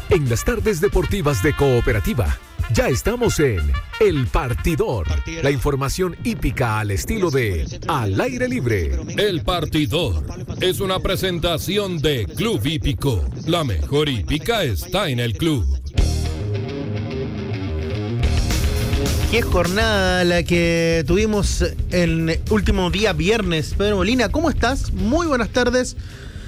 En las tardes deportivas de Cooperativa, ya estamos en El Partidor. La información hípica al estilo de Al Aire Libre. El Partidor es una presentación de Club Hípico. La mejor hípica está en el club. Qué jornada la que tuvimos el último día viernes. Pedro Molina, ¿cómo estás? Muy buenas tardes.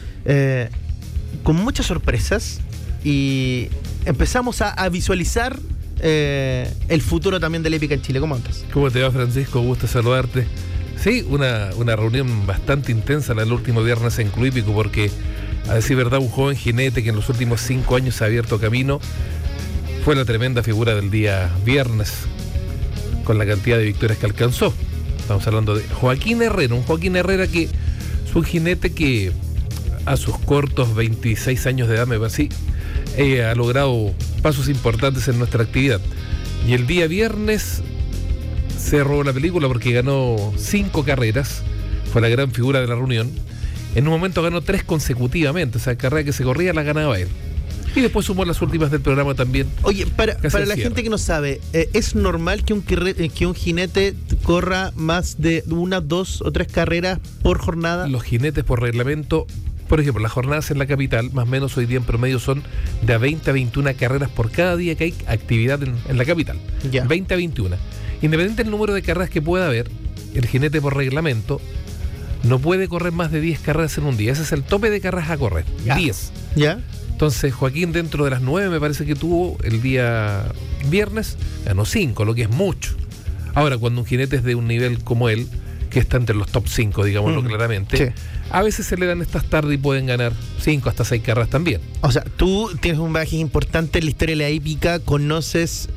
Con muchas sorpresas y empezamos a visualizar el futuro también de la hípica en Chile. ¿Cómo andas? ¿Cómo te va, Francisco? Gusto saludarte. Sí, una reunión bastante intensa el último viernes en Club Hípico, porque, a decir verdad, un joven jinete que en los últimos 5 años se ha abierto camino fue la tremenda figura del día viernes, con la cantidad de victorias que alcanzó. Estamos hablando de Joaquín Herrera, un Joaquín Herrera que es un jinete que a sus cortos 26 años de edad, me parece, ha logrado pasos importantes en nuestra actividad. Y el día viernes cerró la película porque ganó 5 carreras, fue la gran figura de la reunión. En un momento ganó 3 consecutivamente, o sea, carrera que se corría la ganaba él. Y después sumó las últimas del programa también. Oye, para la gente que no sabe, ¿es normal que un jinete corra más de 1, 2 o 3 carreras por jornada? Los jinetes por reglamento, por ejemplo, las jornadas en la capital, más o menos hoy día en promedio son de a 20 a 21 carreras por cada día que hay actividad en la capital. Ya. 20 a 21. Independiente del número de carreras que pueda haber, el jinete por reglamento no puede correr más de 10 carreras en un día. Ese es el tope de carreras a correr. Ya. 10. ¿Ya? Entonces Joaquín, dentro de las 9 me parece que tuvo el día viernes, ganó 5, lo que es mucho. Ahora, cuando un jinete es de un nivel como él, que está entre los top 5, digámoslo claramente, sí, a veces se le dan estas tardes y pueden ganar 5 hasta 6 carreras también. O sea, tú tienes un bagaje importante en la historia de la hípica, conoces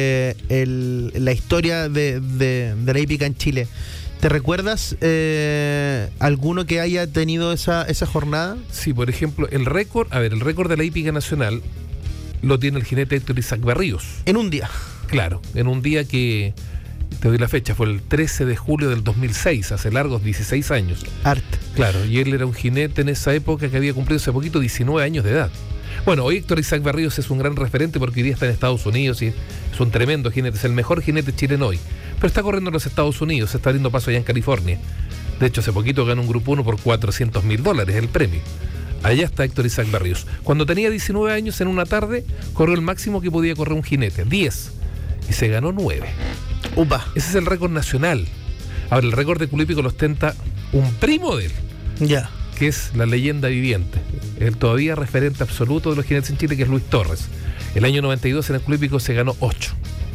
la historia de la hípica en Chile. ¿Te recuerdas alguno que haya tenido esa jornada? Sí, por ejemplo, el récord de la hípica nacional lo tiene el jinete Héctor Isaac Barríos. En un día. Claro, en un día que, te doy la fecha, fue el 13 de julio del 2006, hace largos 16 años. Arte. Claro, y él era un jinete en esa época que había cumplido hace poquito 19 años de edad. Bueno, hoy Héctor Isaac Barríos es un gran referente porque hoy día está en Estados Unidos y es un tremendo jinete, es el mejor jinete chileno hoy. Pero está corriendo en los Estados Unidos, se está abriendo paso allá en California. De hecho, hace poquito ganó un grupo 1 por $400,000 el premio. Allá está Héctor Isaac Barríos. Cuando tenía 19 años, en una tarde, corrió el máximo que podía correr un jinete, 10. Y se ganó 9. ¡Upa! Ese es el récord nacional. Ahora, el récord de Club Hípico lo ostenta un primo de él. Ya. Que es la leyenda viviente, el todavía referente absoluto de los jinetes en Chile, que es Luis Torres. El año 92 en el Club Hípico se ganó 8.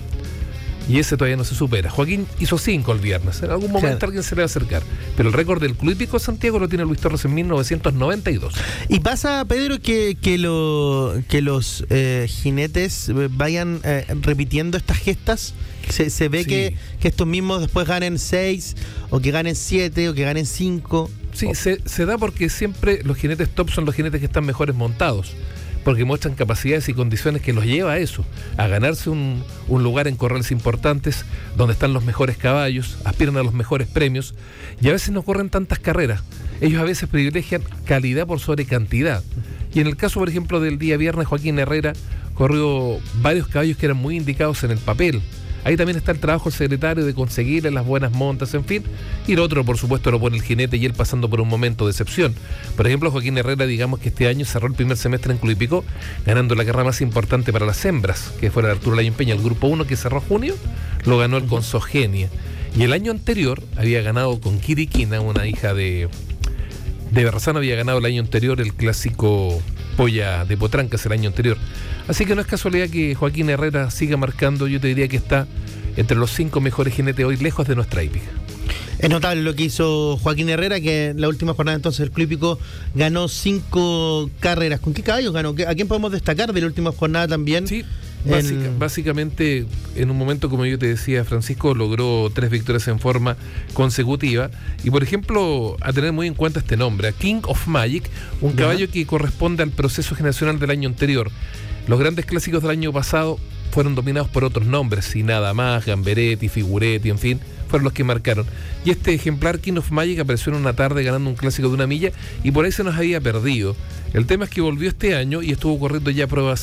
Y ese todavía no se supera. Joaquín hizo 5 el viernes. En algún momento alguien se le va a acercar. Pero el récord del Club Hípico Santiago lo tiene Luis Torres en 1992. ¿Y pasa, Pedro, que los jinetes vayan repitiendo estas gestas? Se ve sí, que estos mismos después ganen 6, o que ganen 7, o que ganen 5. Sí, se da porque siempre los jinetes top son los jinetes que están mejores montados, porque muestran capacidades y condiciones que los lleva a eso, a ganarse un lugar en corrales importantes, donde están los mejores caballos, aspiran a los mejores premios, y a veces no corren tantas carreras. Ellos a veces privilegian calidad por sobre cantidad. Y en el caso, por ejemplo, del día viernes, Joaquín Herrera corrió varios caballos que eran muy indicados en el papel. Ahí también está el trabajo del secretario de conseguirle las buenas montas, en fin. Y lo otro, por supuesto, lo pone el jinete y él pasando por un momento de excepción. Por ejemplo, Joaquín Herrera, digamos que este año cerró el primer semestre en Club Hípico, ganando la carrera más importante para las hembras, que fue la de Arturo Lyon Peña, el grupo 1 que cerró junio, lo ganó el Consogenia. Y el año anterior había ganado con Quiriquina, una hija de Berrazano, había ganado el año anterior el clásico Polla de Potrancas el año anterior. Así que no es casualidad que Joaquín Herrera siga marcando. Yo te diría que está entre los 5 mejores jinetes hoy, lejos de nuestra hípica. Es notable lo que hizo Joaquín Herrera, que en la última jornada entonces el Club Hípico ganó 5 carreras. ¿Con qué caballos ganó? ¿A quién podemos destacar de la última jornada también? Sí, básicamente en un momento, como yo te decía, Francisco, logró 3 victorias en forma consecutiva. Y por ejemplo, a tener muy en cuenta este nombre, a King of Magic, un caballo que corresponde al proceso generacional del año anterior. Los grandes clásicos del año pasado fueron dominados por otros nombres, y nada más, Gamberetti, Figuretti, en fin, fueron los que marcaron. Y este ejemplar King of Magic apareció en una tarde ganando un clásico de 1 milla y por ahí se nos había perdido. El tema es que volvió este año y estuvo corriendo ya pruebas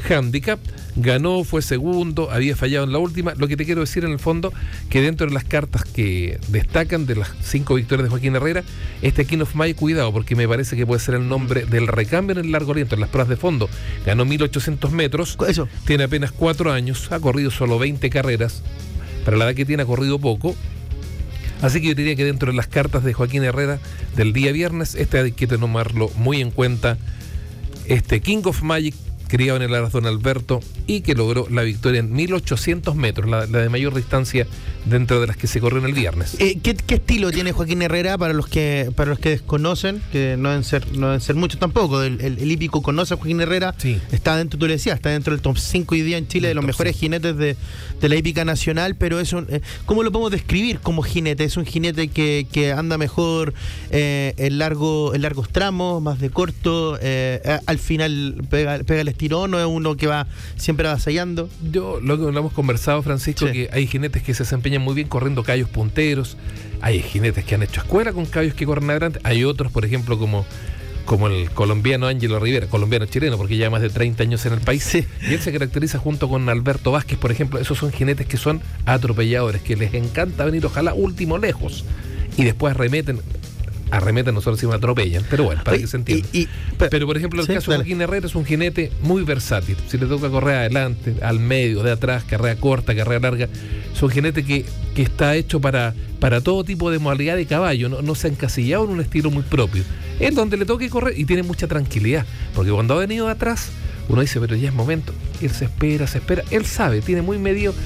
handicap, ganó, fue segundo, había fallado en la última. Lo que te quiero decir en el fondo, que dentro de las cartas que destacan de las 5 victorias de Joaquín Herrera, este King of Magic, cuidado, porque me parece que puede ser el nombre del recambio en el largo aliento, en las pruebas de fondo. Ganó 1800 metros, Eso. tiene apenas 4 años, ha corrido solo 20 carreras, para la edad que tiene ha corrido poco. Así que yo diría que dentro de las cartas de Joaquín Herrera del día viernes, hay que tomarlo muy en cuenta. Este King of Magic, criado en el Aras Don Alberto y que logró la victoria en 1800 metros, la de mayor distancia dentro de las que se corrió en el viernes. ¿Qué estilo tiene Joaquín Herrera para los que desconocen? Que no deben ser muchos tampoco. El hípico conoce a Joaquín Herrera. Sí. Está dentro, tú le decías, está dentro del top 5 hoy día en Chile, de los mejores jinetes de la hípica nacional, pero es un... ¿Cómo lo podemos describir como jinete? ¿Es un jinete que anda mejor en largos tramos, más de corto? Al final pega el estirón, ¿o es uno que va siempre avasallando? Lo hemos conversado, Francisco, Sí. que hay jinetes que se desempeñan muy bien corriendo caballos punteros, hay jinetes que han hecho escuela con caballos que corren adelante, hay otros, por ejemplo, como el colombiano Ángelo Rivera, colombiano chileno, porque lleva más de 30 años en el país, Sí. y él se caracteriza junto con Alberto Vázquez, por ejemplo. Esos son jinetes que son atropelladores, que les encanta venir, ojalá, último lejos, y después arremeten, nosotros decimos atropellan, pero bueno, para que se entienda. Pero por ejemplo, el caso de Joaquín Herrera es un jinete muy versátil. Si le toca correr adelante, al medio, de atrás, carrera corta, carrera larga, es un jinete que está hecho para todo tipo de modalidad de caballo, no se ha encasillado en un estilo muy propio. Es donde le toque correr y tiene mucha tranquilidad, porque cuando ha venido de atrás, uno dice, pero ya es momento. Él se espera, él sabe, tiene muy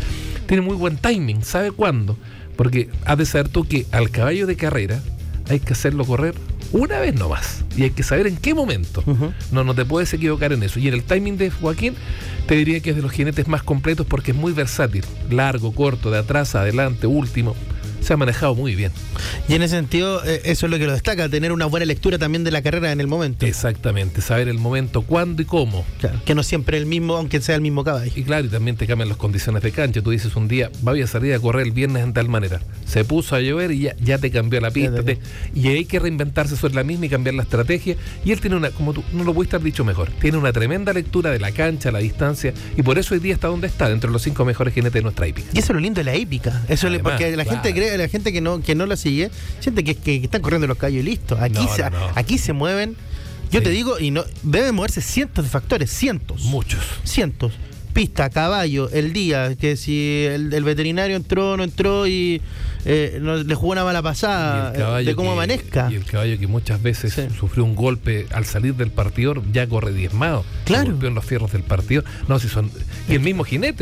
buen timing, sabe cuándo, porque has de saber tú que al caballo de carrera hay que hacerlo correr una vez nomás y hay que saber en qué momento. Uh-huh. No te puedes equivocar en eso. Y en el timing de Joaquín te diría que es de los jinetes más completos porque es muy versátil, largo, corto, de atrás, adelante, último. Se ha manejado muy bien. Y en ese sentido, eso es lo que lo destaca, tener una buena lectura también de la carrera en el momento. Exactamente, saber el momento, cuándo y cómo. Claro, que no siempre es el mismo, aunque sea el mismo caballo. Y claro, y también te cambian las condiciones de cancha. Tú dices un día, voy a salir a correr el viernes en tal manera. Se puso a llover y ya te cambió la pista. Y hay que reinventarse sobre la misma y cambiar la estrategia. Y él tiene como tú no lo pudiste haber dicho mejor, tiene una tremenda lectura de la cancha, la distancia, y por eso hoy día está donde está, dentro de los 5 mejores jinetes de nuestra hípica. Y eso es lo lindo de la hípica. Eso Además, porque la gente cree, la gente que no la sigue, siente que están corriendo los caballos y listo. Aquí se mueven, yo te digo, y no deben moverse cientos de factores, cientos. Muchos. Cientos. Pista, caballo, el día, que si el veterinario entró, no entró y le jugó una mala pasada, de cómo amanezca. Y el caballo que muchas veces sufrió un golpe al salir del partidor, ya corre diezmado. Claro. Se golpeó en los fierros del partidor. Y el mismo jinete,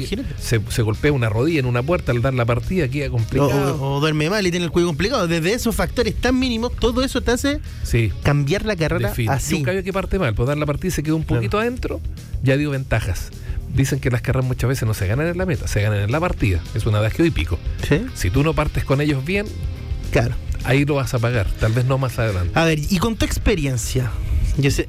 se golpea una rodilla en una puerta al dar la partida, queda complicado. O duerme mal y tiene el cuello complicado. Desde esos factores tan mínimos, todo eso te hace cambiar la carrera así. Y un caballo que parte mal, por dar la partida y se quedó un poquito adentro, ya dio ventajas. Dicen que las carreras muchas veces no se ganan en la meta, se ganan en la partida. Es un adagio hípico. ¿Sí? Si tú no partes con ellos bien, claro, ahí lo vas a pagar, tal vez no más adelante. A ver, y con tu experiencia, yo sé,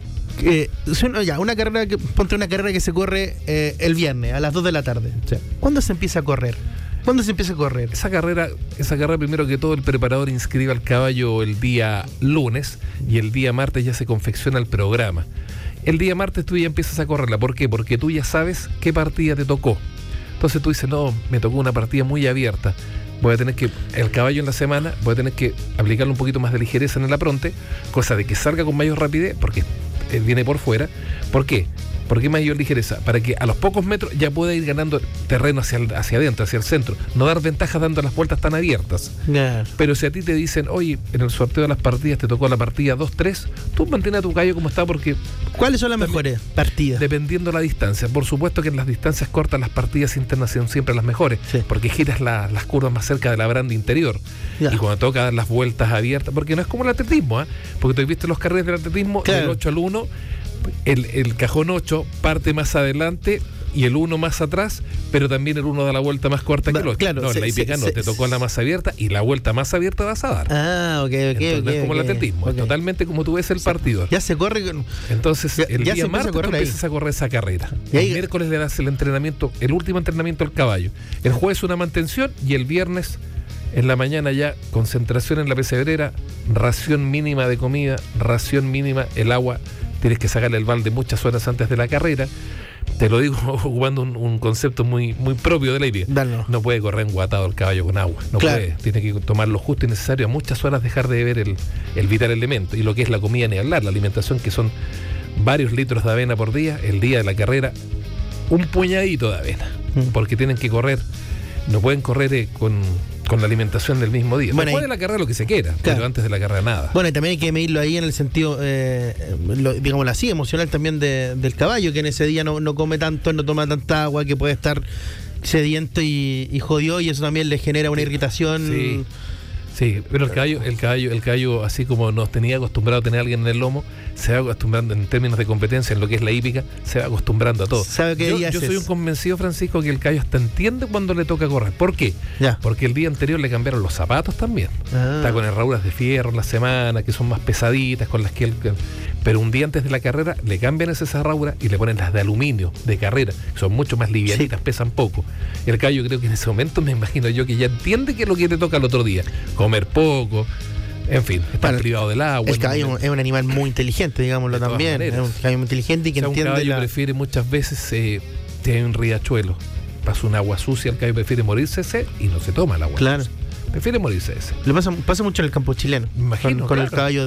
ponte una carrera que se corre el viernes a las 2 de la tarde. Sí. ¿Cuándo se empieza a correr? Esa carrera primero que todo el preparador inscribe al caballo el día lunes y el día martes ya se confecciona el programa. El día martes tú ya empiezas a correrla. ¿Por qué? Porque tú ya sabes qué partida te tocó. Entonces tú dices, no, me tocó una partida muy abierta. El caballo en la semana, voy a tener que aplicarle un poquito más de ligereza en el apronte, cosa de que salga con mayor rapidez, porque viene por fuera. ¿Por qué? ¿Por qué mayor ligereza? Para que a los pocos metros ya pueda ir ganando terreno hacia adentro, hacia el centro. No dar ventajas dando las vueltas tan abiertas. Claro. Pero si a ti te dicen, oye, en el sorteo de las partidas te tocó la partida 2-3, tú mantén a tu caballo como está porque... ¿Cuáles son las mejores partidas? Dependiendo la distancia. Por supuesto que en las distancias cortas las partidas internas son siempre las mejores, porque giras las curvas más cerca de la baranda interior. Ya. Y cuando toca dar las vueltas abiertas, porque no es como el atletismo, porque tú has visto los carreras del atletismo, del 8 al 1, el cajón 8 parte más adelante y el 1 más atrás, pero también el 1 da la vuelta más corta que el 8. Claro, la hípica te tocó la más abierta y la vuelta más abierta vas a dar. Ok. Entonces, no es como el atletismo, es totalmente como tú ves el partido. Ya se corre. Entonces, el día martes tú empiezas a correr esa carrera. El miércoles le das el último entrenamiento al caballo. El jueves una mantención y el viernes en la mañana ya concentración en la pesebrera, ración mínima de comida, ración mínima el agua tienes que sacarle el balde muchas horas antes de la carrera. Te lo digo ocupando un concepto muy propio de la hípica. No puede correr enguatado el caballo con agua, no puede, tiene que tomar lo justo y necesario, a muchas horas dejar de beber el vital elemento, y lo que es la comida ni hablar, la alimentación, que son varios litros de avena por día. El día de la carrera, un puñadito de avena, porque tienen que correr, no pueden correr con la alimentación del mismo día. Después de la carrera lo que se quiera, pero antes de la carrera nada. Bueno, y también hay que medirlo ahí en el sentido, digámoslo así, emocional también del caballo, que en ese día no come tanto, no toma tanta agua, que puede estar sediento y jodió, y eso también le genera una irritación. Sí, pero el caballo, así como nos tenía acostumbrado a tener a alguien en el lomo, se va acostumbrando en términos de competencia, en lo que es la hípica, se va acostumbrando a todo. Yo soy un convencido, Francisco, que el caballo hasta entiende cuando le toca correr. ¿Por qué? Porque el día anterior le cambiaron los zapatos también. Está con herraduras de fierro en la semana, que son más pesaditas, con las que pero un día antes de la carrera le cambian esas herraduras y le ponen las de aluminio de carrera, que son mucho más livianitas, pesan poco. El caballo, creo que en ese momento, me imagino yo, que ya entiende que es lo que le toca al otro día. Comer poco, en fin, estar privado del agua. El caballo es un animal muy inteligente, digámoslo también. Es un caballo muy inteligente y que entiende. Un caballo prefiere muchas veces, si hay un riachuelo, pasa un agua sucia, el caballo prefiere morirse ese y no se toma el agua sucia. Prefiere morirse ese. Le pasa mucho en el campo chileno. Me imagino, con el caballo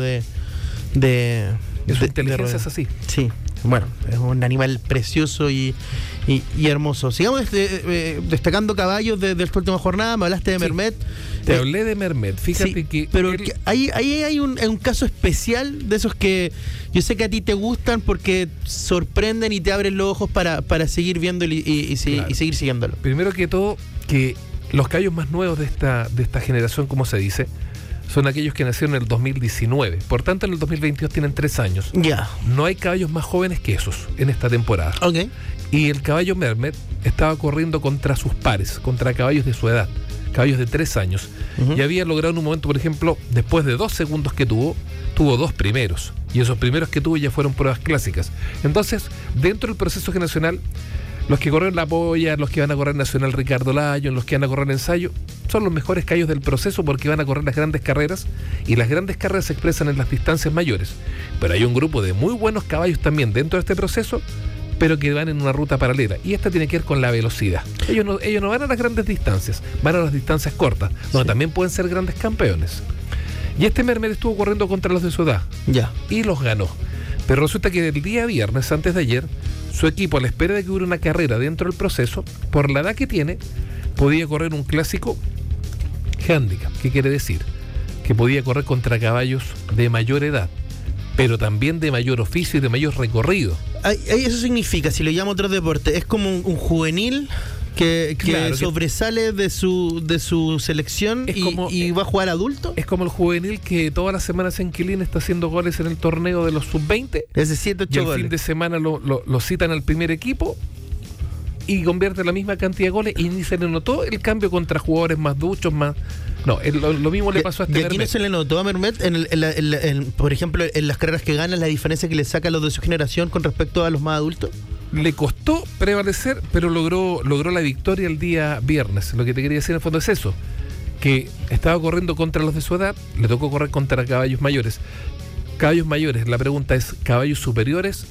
su inteligencia es así. Sí, bueno, es un animal precioso y hermoso. Sigamos destacando caballos de esta última jornada. Me hablaste de Mermet. Te hablé de Mermet, fíjate que... Pero ahí hay un caso especial de esos que yo sé que a ti te gustan porque sorprenden y te abren los ojos para seguir viéndolo y seguir siguiéndolo. Primero que todo, que los caballos más nuevos de esta generación, como se dice, son aquellos que nacieron en el 2019. Por tanto, en el 2022 tienen 3 años. No hay caballos más jóvenes que esos en esta temporada. Y el caballo Mermet estaba corriendo contra sus pares, contra caballos de su edad, caballos de 3 años. Y había logrado en un momento, por ejemplo, después de 2 segundos que tuvo 2 primeros. Y esos primeros que tuvo ya fueron pruebas clásicas. Entonces, dentro del proceso nacional, los que corren la polla, los que van a correr Nacional Ricardo Lyon, los que van a correr ensayo, son los mejores caballos del proceso porque van a correr las grandes carreras, y las grandes carreras se expresan en las distancias mayores. Pero hay un grupo de muy buenos caballos también dentro de este proceso, pero que van en una ruta paralela, y esta tiene que ver con la velocidad. Ellos no van a las grandes distancias, van a las distancias cortas, donde también pueden ser grandes campeones. Y este Mermet estuvo corriendo contra los de su edad y los ganó. Pero resulta que el día viernes, antes de ayer, su equipo, a la espera de que hubiera una carrera dentro del proceso, por la edad que tiene, podía correr un clásico handicap. ¿Qué quiere decir? Que podía correr contra caballos de mayor edad, pero también de mayor oficio y de mayor recorrido. Eso significa, si lo llamo otro deporte, es como un juvenil que sobresale de su selección y va a jugar adulto. Es como el juvenil que todas las semanas en Quilín está haciendo goles en el torneo de los sub-20. Ese 7, 8 y el goles. Fin de semana lo citan al primer equipo y convierte la misma cantidad de goles, y ni se le notó el cambio contra jugadores más duchos, más... No, lo mismo le pasó a este Mermet. ¿Y aquí no se le notó a Mermet, por ejemplo, en las carreras que gana, la diferencia que le saca a los de su generación con respecto a los más adultos? Le costó prevalecer, pero logró la victoria el día viernes. Lo que te quería decir en el fondo es eso, que estaba corriendo contra los de su edad, le tocó correr contra caballos mayores. Caballos mayores, la pregunta es, ¿caballos superiores?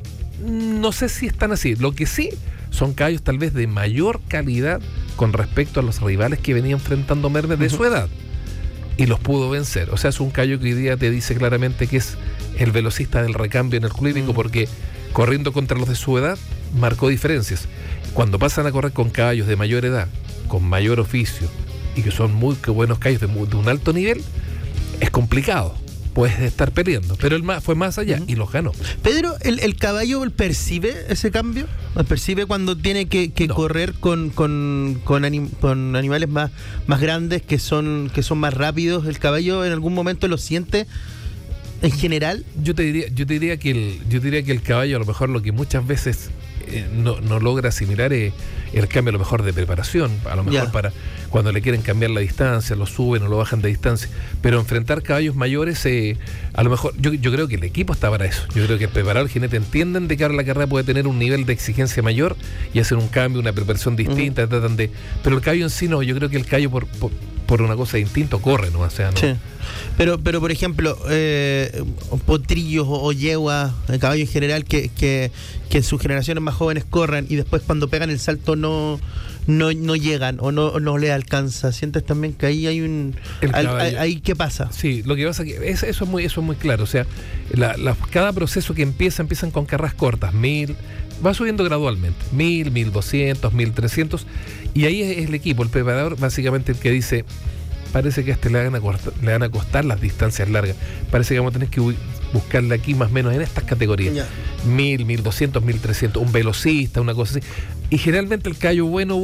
No sé si están así. Lo que sí son caballos tal vez de mayor calidad con respecto a los rivales que venía enfrentando Mermet de su edad, y los pudo vencer. O sea, es un caballo que hoy día te dice claramente que es el velocista del recambio en el club hípico, porque corriendo contra los de su edad marcó diferencias. Cuando pasan a correr con caballos de mayor edad, con mayor oficio, y que son muy buenos caballos de un alto nivel, es complicado. Puedes estar peleando, pero él fue más allá y los ganó. Pedro, ¿el caballo percibe ese cambio? ¿Percibe cuando tiene que correr con animales más grandes, que son más rápidos? ¿El caballo en algún momento lo siente en general? Yo te diría que el caballo, a lo mejor, lo que muchas veces no logra asimilar el cambio, a lo mejor, de preparación, a lo mejor para cuando le quieren cambiar la distancia, lo suben o lo bajan de distancia, pero enfrentar caballos mayores, a lo mejor, yo creo que el equipo está para eso. Yo creo que el preparador, el jinete, entienden de que ahora la carrera puede tener un nivel de exigencia mayor y hacer un cambio, una preparación distinta, pero el caballo en sí no. Yo creo que el caballo por una cosa de instinto corre, ¿no? O sea, no. Sí. Pero por ejemplo, potrillos o yeguas, caballos en general, que en sus generaciones más jóvenes corran y después cuando pegan el salto no llegan o no les alcanza. ¿Sientes también que ahí hay ahí qué pasa? Sí, lo que pasa es que eso es muy claro. O sea, cada proceso que empiezan con carreras cortas, 1000, va subiendo gradualmente, 1000, 1200, 1300, y ahí es el equipo, el preparador, básicamente el que dice: parece que a este le van a costar las distancias largas, parece que vamos a tener que buscarle aquí más o menos en estas categorías, yeah. 1000, 1200, 1300, un velocista, una cosa así. Y generalmente el caballo bueno,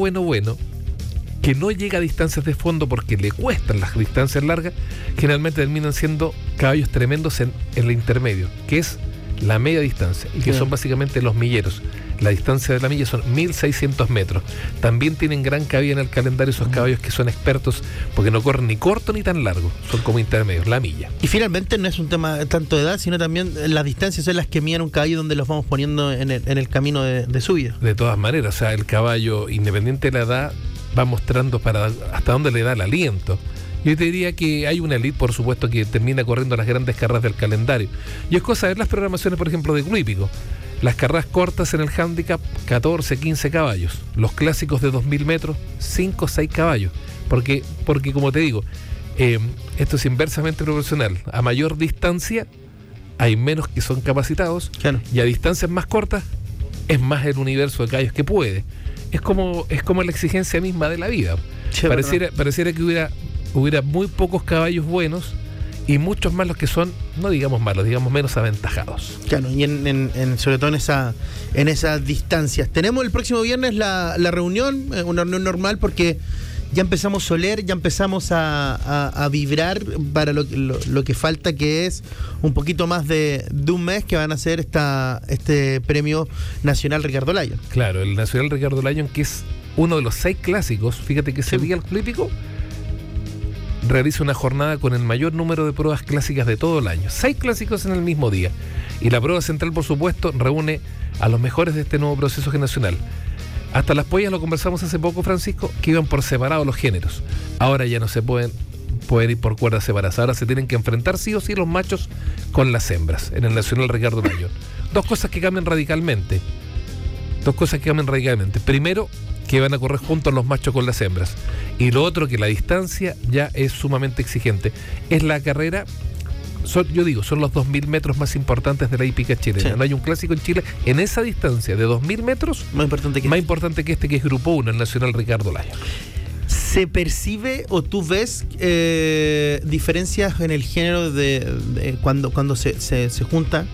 que no llega a distancias de fondo porque le cuestan las distancias largas, generalmente terminan siendo caballos tremendos en el intermedio, que es la media distancia, y que son básicamente los milleros. La distancia de la milla son 1600 metros. También tienen gran cabida en el calendario esos caballos que son expertos, porque no corren ni corto ni tan largo, son como intermedios, la milla. Y finalmente no es un tema tanto de edad, sino también las distancias son las que miden un caballo, donde los vamos poniendo en el camino de subida. De todas maneras, o sea, el caballo, independiente de la edad, va mostrando hasta dónde le da el aliento. Yo te diría que hay una elite, por supuesto, que termina corriendo las grandes carreras del calendario. Y es cosa de ver las programaciones, por ejemplo, de Club Hípico. Las carreras cortas en el handicap, 14, 15 caballos. Los clásicos de 2000 metros, 5, 6 caballos. Porque como te digo, esto es inversamente proporcional. A mayor distancia, hay menos que son capacitados. Claro. Y a distancias más cortas, es más el universo de caballos que puede. Es como la exigencia misma de la vida. Sí, pareciera que hubiera muy pocos caballos buenos y muchos más los que son, no digamos malos, digamos menos aventajados. Claro, y sobre todo en esas distancias. Tenemos el próximo viernes la reunión, una reunión normal, porque ya empezamos a oler, ya empezamos a vibrar para lo que falta, que es un poquito más de un mes, que van a hacer este premio nacional Ricardo Lyon. Claro, el nacional Ricardo Lyon, que es uno de los 6 clásicos. Fíjate que ese día el Club Hípico realiza una jornada con el mayor número de pruebas clásicas de todo el año. 6 clásicos en el mismo día. Y la prueba central, por supuesto, reúne a los mejores de este nuevo proceso nacional. Hasta las pollas, lo conversamos hace poco, Francisco, que iban por separado los géneros. Ahora ya no se pueden ir por cuerdas separadas. Ahora se tienen que enfrentar sí o sí los machos con las hembras en el nacional Ricardo Lyon. Dos cosas que cambian radicalmente. Primero, que van a correr juntos los machos con las hembras. Y lo otro, que la distancia ya es sumamente exigente. Es la carrera, son los 2000 metros más importantes de la hípica chilena. Sí. No hay un clásico en Chile en esa distancia de 2000 metros más importante que este, que es Grupo 1, el nacional Ricardo Lyon. ¿Se percibe o tú ves diferencias en el género de cuando se juntan?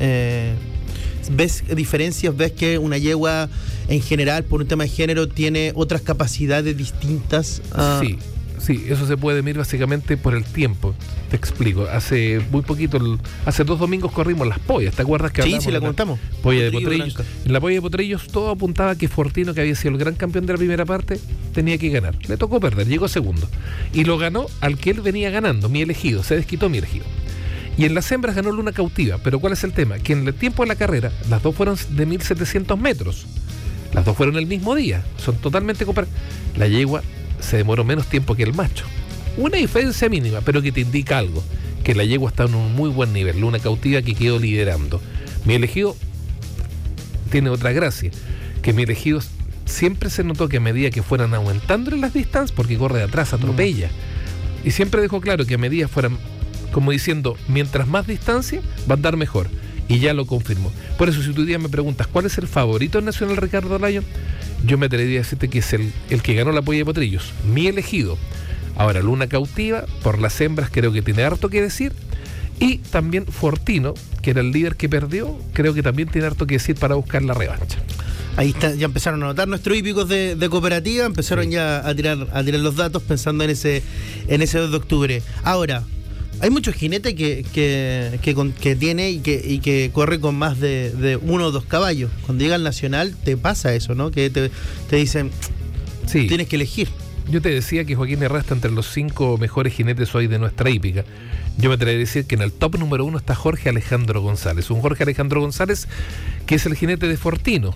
¿Ves diferencias? ¿Ves que una yegua en general, por un tema de género, tiene otras capacidades distintas? Sí, eso se puede medir básicamente por el tiempo. Te explico. Hace muy poquito, hace 2 domingos corrimos las pollas. ¿Te acuerdas que hablamos? Sí, la contamos. Polla de Potrillos. En la polla de Potrillos todo apuntaba que Fortino, que había sido el gran campeón de la primera parte, tenía que ganar. Le tocó perder, llegó segundo. Y lo ganó al que él venía ganando, mi elegido. Se desquitó mi elegido. Y en las hembras ganó Luna Cautiva. Pero ¿cuál es el tema? Que en el tiempo de la carrera, las dos fueron de 1700 metros. Las dos fueron el mismo día. Son totalmente comparables. La yegua se demoró menos tiempo que el macho. Una diferencia mínima, pero que te indica algo. Que la yegua está en un muy buen nivel. Luna Cautiva, que quedó liderando. Mi elegido tiene otra gracia. Que mi elegido siempre se notó que a medida que fueran aumentando en las distancias, porque corre de atrás, atropella. Y siempre dejó claro que a medida fueran, como diciendo, mientras más distancia, va a andar mejor. Y ya lo confirmó. Por eso, si tú día me preguntas cuál es el favorito nacional Ricardo Lyon, yo me atrevería a decirte que es el que ganó la polla de Potrillos, mi elegido. Ahora, Luna Cautiva, por las hembras, creo que tiene harto que decir. Y también Fortino, que era el líder que perdió, creo que también tiene harto que decir para buscar la revancha. Ahí está, ya empezaron a notar nuestros hípicos de cooperativa, empezaron ya a tirar los datos pensando en ese 2 de octubre. Ahora, hay muchos jinetes que tiene y que corre con más de 1 o 2 caballos. Cuando llega al nacional te pasa eso, ¿no? Que te dicen, sí, tienes que elegir. Yo te decía que Joaquín Herrera está entre los 5 mejores jinetes hoy de nuestra hípica. Yo me atrevería a decir que en el top número 1 está Jorge Alejandro González. Un Jorge Alejandro González que es el jinete de Fortino,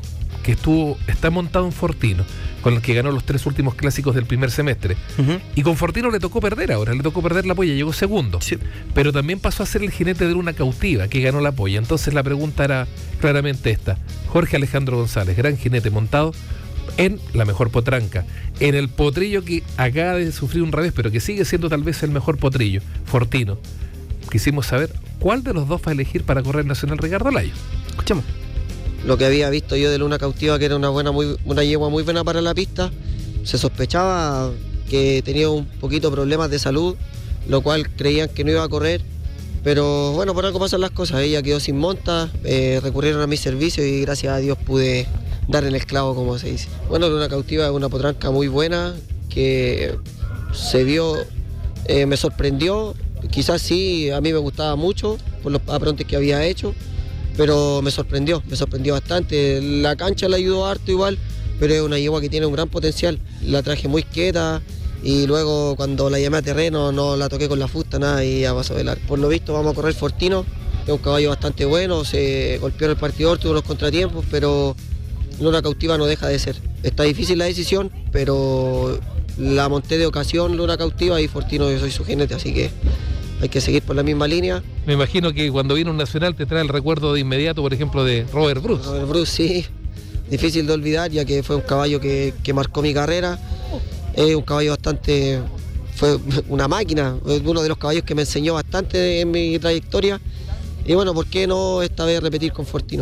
que está montado en Fortino, con el que ganó los 3 últimos clásicos del primer semestre. Y con Fortino le tocó perder ahora, le tocó perder la polla, llegó segundo. Sí. Pero también pasó a ser el jinete de Luna Cautiva, que ganó la polla. Entonces la pregunta era claramente esta. Jorge Alejandro González, gran jinete montado en la mejor potranca, en el potrillo que acaba de sufrir un revés, pero que sigue siendo tal vez el mejor potrillo, Fortino. Quisimos saber cuál de los dos va a elegir para correr Nacional Ricardo Laya. Escuchemos. Lo que había visto yo de Luna Cautiva, que era una yegua muy buena para la pista, se sospechaba que tenía un poquito problemas de salud, lo cual creían que no iba a correr, pero bueno, por algo pasan las cosas. Ella quedó sin monta, recurrieron a mis servicios y gracias a Dios pude dar en el clavo, como se dice. Bueno, Luna Cautiva es una potranca muy buena, que se vio, me sorprendió, quizás sí, a mí me gustaba mucho por los aprontes que había hecho, pero me sorprendió bastante. La cancha le ayudó harto igual, pero es una yegua que tiene un gran potencial. La traje muy quieta y luego cuando la llamé a terreno no la toqué con la fusta, nada, y ya pasó a velar. Por lo visto vamos a correr Fortino, es un caballo bastante bueno, se golpeó en el partidor, tuvo los contratiempos, pero Luna Cautiva no deja de ser. Está difícil la decisión, pero la monté de ocasión Luna Cautiva y Fortino yo soy su jinete, así que hay que seguir por la misma línea. Me imagino que cuando viene un nacional te trae el recuerdo de inmediato, por ejemplo, de Robert Bruce. Robert Bruce, sí. Difícil de olvidar, ya que fue un caballo que marcó mi carrera. Es un caballo bastante... Fue una máquina, uno de los caballos que me enseñó bastante en mi trayectoria. Y bueno, ¿por qué no esta vez repetir con Fortino?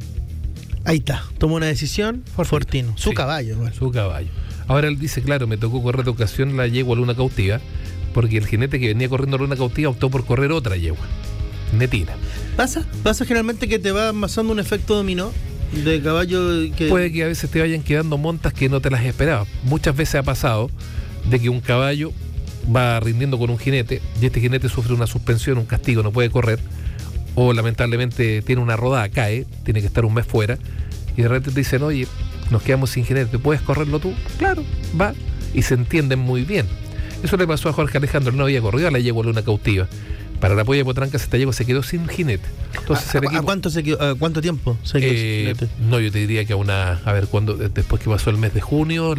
Ahí está, tomó una decisión, Fortino. Su caballo. Bueno. Su caballo. Ahora él dice, claro, me tocó correr de ocasión la yegua Luna Cautiva, porque el jinete que venía corriendo Luna Cautiva optó por correr otra yegua, Netina. ¿Pasa generalmente que te va amasando un efecto dominó de caballo que... Puede que a veces te vayan quedando montas que no te las esperabas. Muchas veces ha pasado de que un caballo va rindiendo con un jinete y este jinete sufre una suspensión, un castigo, no puede correr, o lamentablemente tiene una rodada, cae, tiene que estar un mes fuera, y de repente te dicen, oye, nos quedamos sin jinete, ¿puedes correrlo tú? Claro, va, y se entienden muy bien. Eso le pasó a Jorge Alejandro, no había corrido, la yegua Luna Cautiva. Para la polla de potranca esta yegua se quedó sin jinete. Entonces, ¿A cuánto tiempo se quedó sin jinete? No, yo te diría que cuando después que pasó el mes de junio,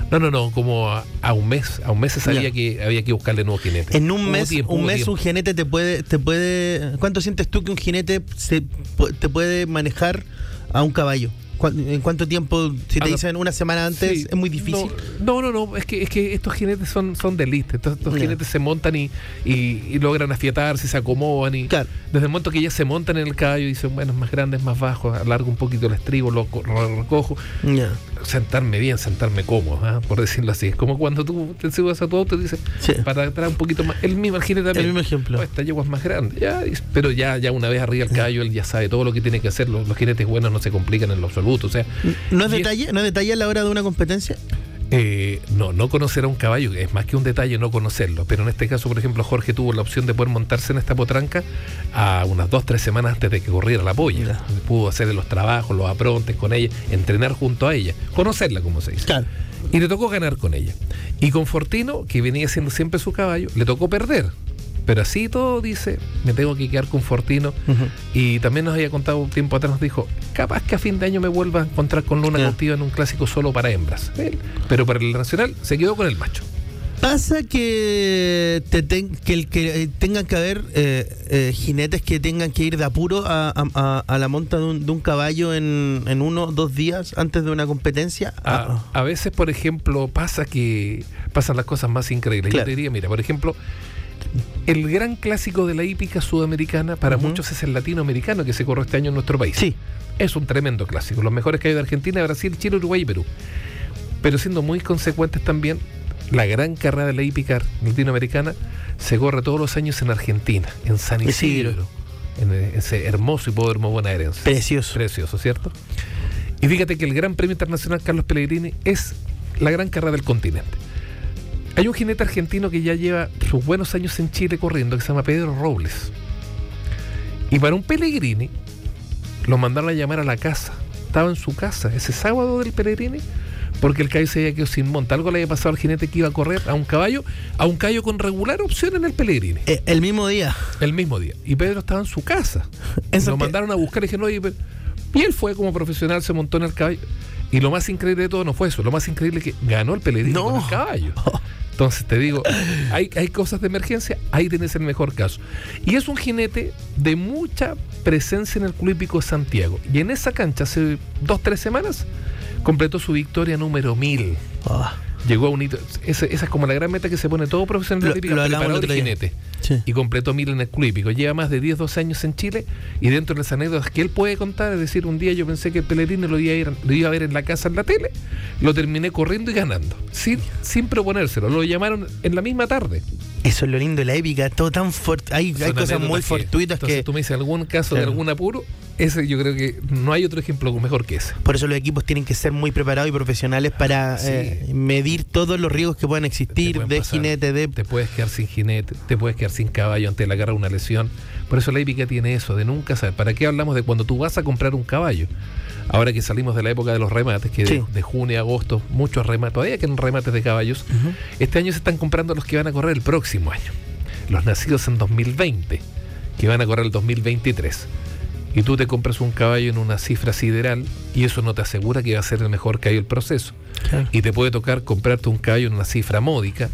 como a un mes se sabía que había que buscarle nuevo jinete. En un mes un jinete te puede... ¿Cuánto sientes tú que un jinete te puede manejar a un caballo? ¿En cuánto tiempo? Si te dicen una semana antes, sí, es muy difícil. No, es que estos jinetes son de elite. Estos jinetes se montan y logran afiatarse, se acomodan y claro. Desde el momento que ya se montan en el caballo y dicen, bueno, es más grande, es más bajo, alargo un poquito el estribo, lo recojo. Sentarme bien, sentarme cómodo, por decirlo así. Es como cuando tú te subes a tu auto y dices, para atrás un poquito más. El jinete también. El mismo ejemplo. Esta yegua es más grande. Pero ya una vez arriba el caballo, él ya sabe todo lo que tiene que hacer. Los jinetes buenos no se complican en lo absoluto. O sea, ¿No es detalle a la hora de una competencia? No conocer a un caballo es más que un detalle no conocerlo, pero en este caso, por ejemplo, Jorge tuvo la opción de poder montarse en esta potranca a unas 2-3 semanas antes de que corriera la polla. Pudo hacer los trabajos, los aprontes con ella, entrenar junto a ella, conocerla, como se dice. Claro. Y le tocó ganar con ella. Y con Fortino, que venía siendo siempre su caballo, le tocó perder. Pero así todo dice, me tengo que quedar con Fortino. Y también nos había contado un tiempo atrás, nos dijo, capaz que a fin de año me vuelva a encontrar con Luna Cautiva en un clásico solo para hembras. Pero para el nacional se quedó con el macho. ¿Pasa que tengan que haber jinetes que tengan que ir de apuro a la monta de un caballo en 1 o 2 días antes de una competencia? A veces, por ejemplo, pasan las cosas más increíbles. Claro. Yo te diría, mira, por ejemplo, el gran clásico de la hípica sudamericana para muchos es el latinoamericano que se corrió este año en nuestro país. Sí. Es un tremendo clásico. Los mejores que hay de Argentina, Brasil, Chile, Uruguay y Perú. Pero siendo muy consecuentes también, la gran carrera de la hípica latinoamericana se corre todos los años en Argentina, en San Isidro, en ese hermoso hipódromo bonaerense. Precioso, ¿cierto? Y fíjate que el Gran Premio Internacional Carlos Pellegrini es la gran carrera del continente. Hay un jinete argentino que ya lleva sus buenos años en Chile corriendo, que se llama Pedro Robles. Y para un Pellegrini, lo mandaron a llamar a la casa. Estaba en su casa ese sábado del Pellegrini, porque el caballo se había quedado sin monta. Algo le había pasado al jinete que iba a correr a un caballo con regular opción en el Pellegrini. El mismo día. El mismo día. Y Pedro estaba en su casa. Lo mandaron a buscar y dijeron, oye, Y él fue como profesional, se montó en el caballo. Y lo más increíble de todo no fue eso. Lo más increíble es que ganó el Pellegrino con el caballo. Entonces te digo, hay cosas de emergencia, ahí tenés el mejor caso. Y es un jinete de mucha presencia en el Club Hípico Santiago. Y en esa cancha, hace 2-3 semanas, completó su victoria número 1000. Llegó a un hito. Esa es como la gran meta que se pone todo profesional de hípica, preparador de jinete. Sí. Y completó 1000 en el Club Hípico. Lleva más de 10-12 años en Chile, y dentro de las anécdotas que él puede contar, es decir, un día yo pensé que el Pellegrino lo iba a ver en la casa, en la tele, lo terminé corriendo y ganando, sin proponérselo. Lo llamaron en la misma tarde. Eso es lo lindo de la épica, todo tan fuerte. Hay cosas muy fortuitas entonces, que... tú me dices algún caso de algún apuro, ese yo creo que no hay otro ejemplo mejor que ese. Por eso los equipos tienen que ser muy preparados y profesionales para medir todos los riesgos que pueden existir de jinete. Te puedes quedar sin jinete, te puedes quedar sin caballo ante la agarra una lesión. Por eso la hípica tiene eso, de nunca saber. ¿Para qué hablamos de cuando tú vas a comprar un caballo? Ahora que salimos de la época de los remates, que de junio a agosto, muchos remates, todavía quedan remates de caballos. Este año se están comprando los que van a correr el próximo año. Los nacidos en 2020, que van a correr el 2023. Y tú te compras un caballo en una cifra sideral, y eso no te asegura que va a ser el mejor caballo del proceso. Y te puede tocar comprarte un caballo en una cifra módica,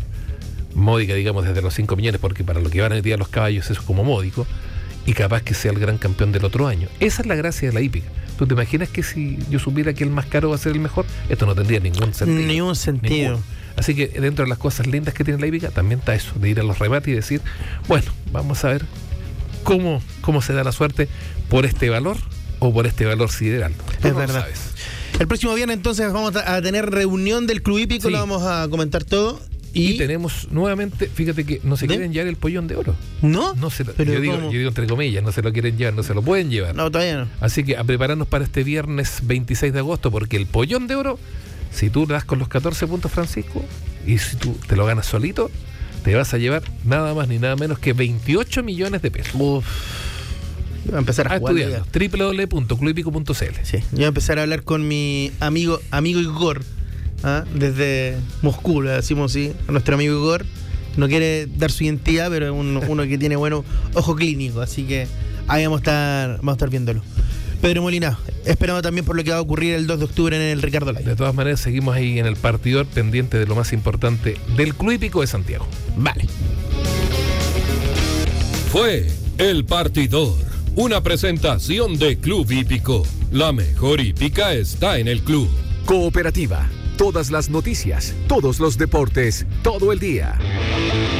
digamos desde los 5 millones, porque para lo que van a meter los caballos eso es como módico, y capaz que sea el gran campeón del otro año. Esa es la gracia de la hípica. ¿Tú te imaginas que si yo supiera que el más caro va a ser el mejor? Esto no tendría ningún sentido. Ningún sentido. Así que dentro de las cosas lindas que tiene la hípica también está eso, de ir a los remates y decir, bueno, vamos a ver cómo se da la suerte por este valor o por este valor sideral. Tú es verdad. Sabes. El próximo viernes entonces vamos a tener reunión del Club Hípico, lo vamos a comentar todo. Y tenemos nuevamente, fíjate que no se quieren llevar el pollón de oro. ¿No? Yo digo entre comillas, no se lo quieren llevar, no se lo pueden llevar. No, todavía no. Así que a prepararnos para este viernes 26 de agosto, porque el pollón de oro, si tú das con los 14 puntos, Francisco, y si tú te lo ganas solito, te vas a llevar nada más ni nada menos que 28 millones de pesos. Uf. Voy a empezar a jugar www.clubhipico.cl. Sí, yo voy a empezar a hablar con mi amigo Igor. Desde Moscú, le decimos así, a nuestro amigo Igor. No quiere dar su identidad, pero es uno que tiene ojo clínico, así que ahí vamos a estar viéndolo. Pedro Molina, esperamos también por lo que va a ocurrir el 2 de octubre en el Ricardo Laya. De todas maneras, seguimos ahí en el partidor, pendiente de lo más importante del Club Hípico de Santiago. Vale. Fue el partidor, una presentación de Club Hípico. La mejor hípica está en el club. Cooperativa. Todas las noticias, todos los deportes, todo el día.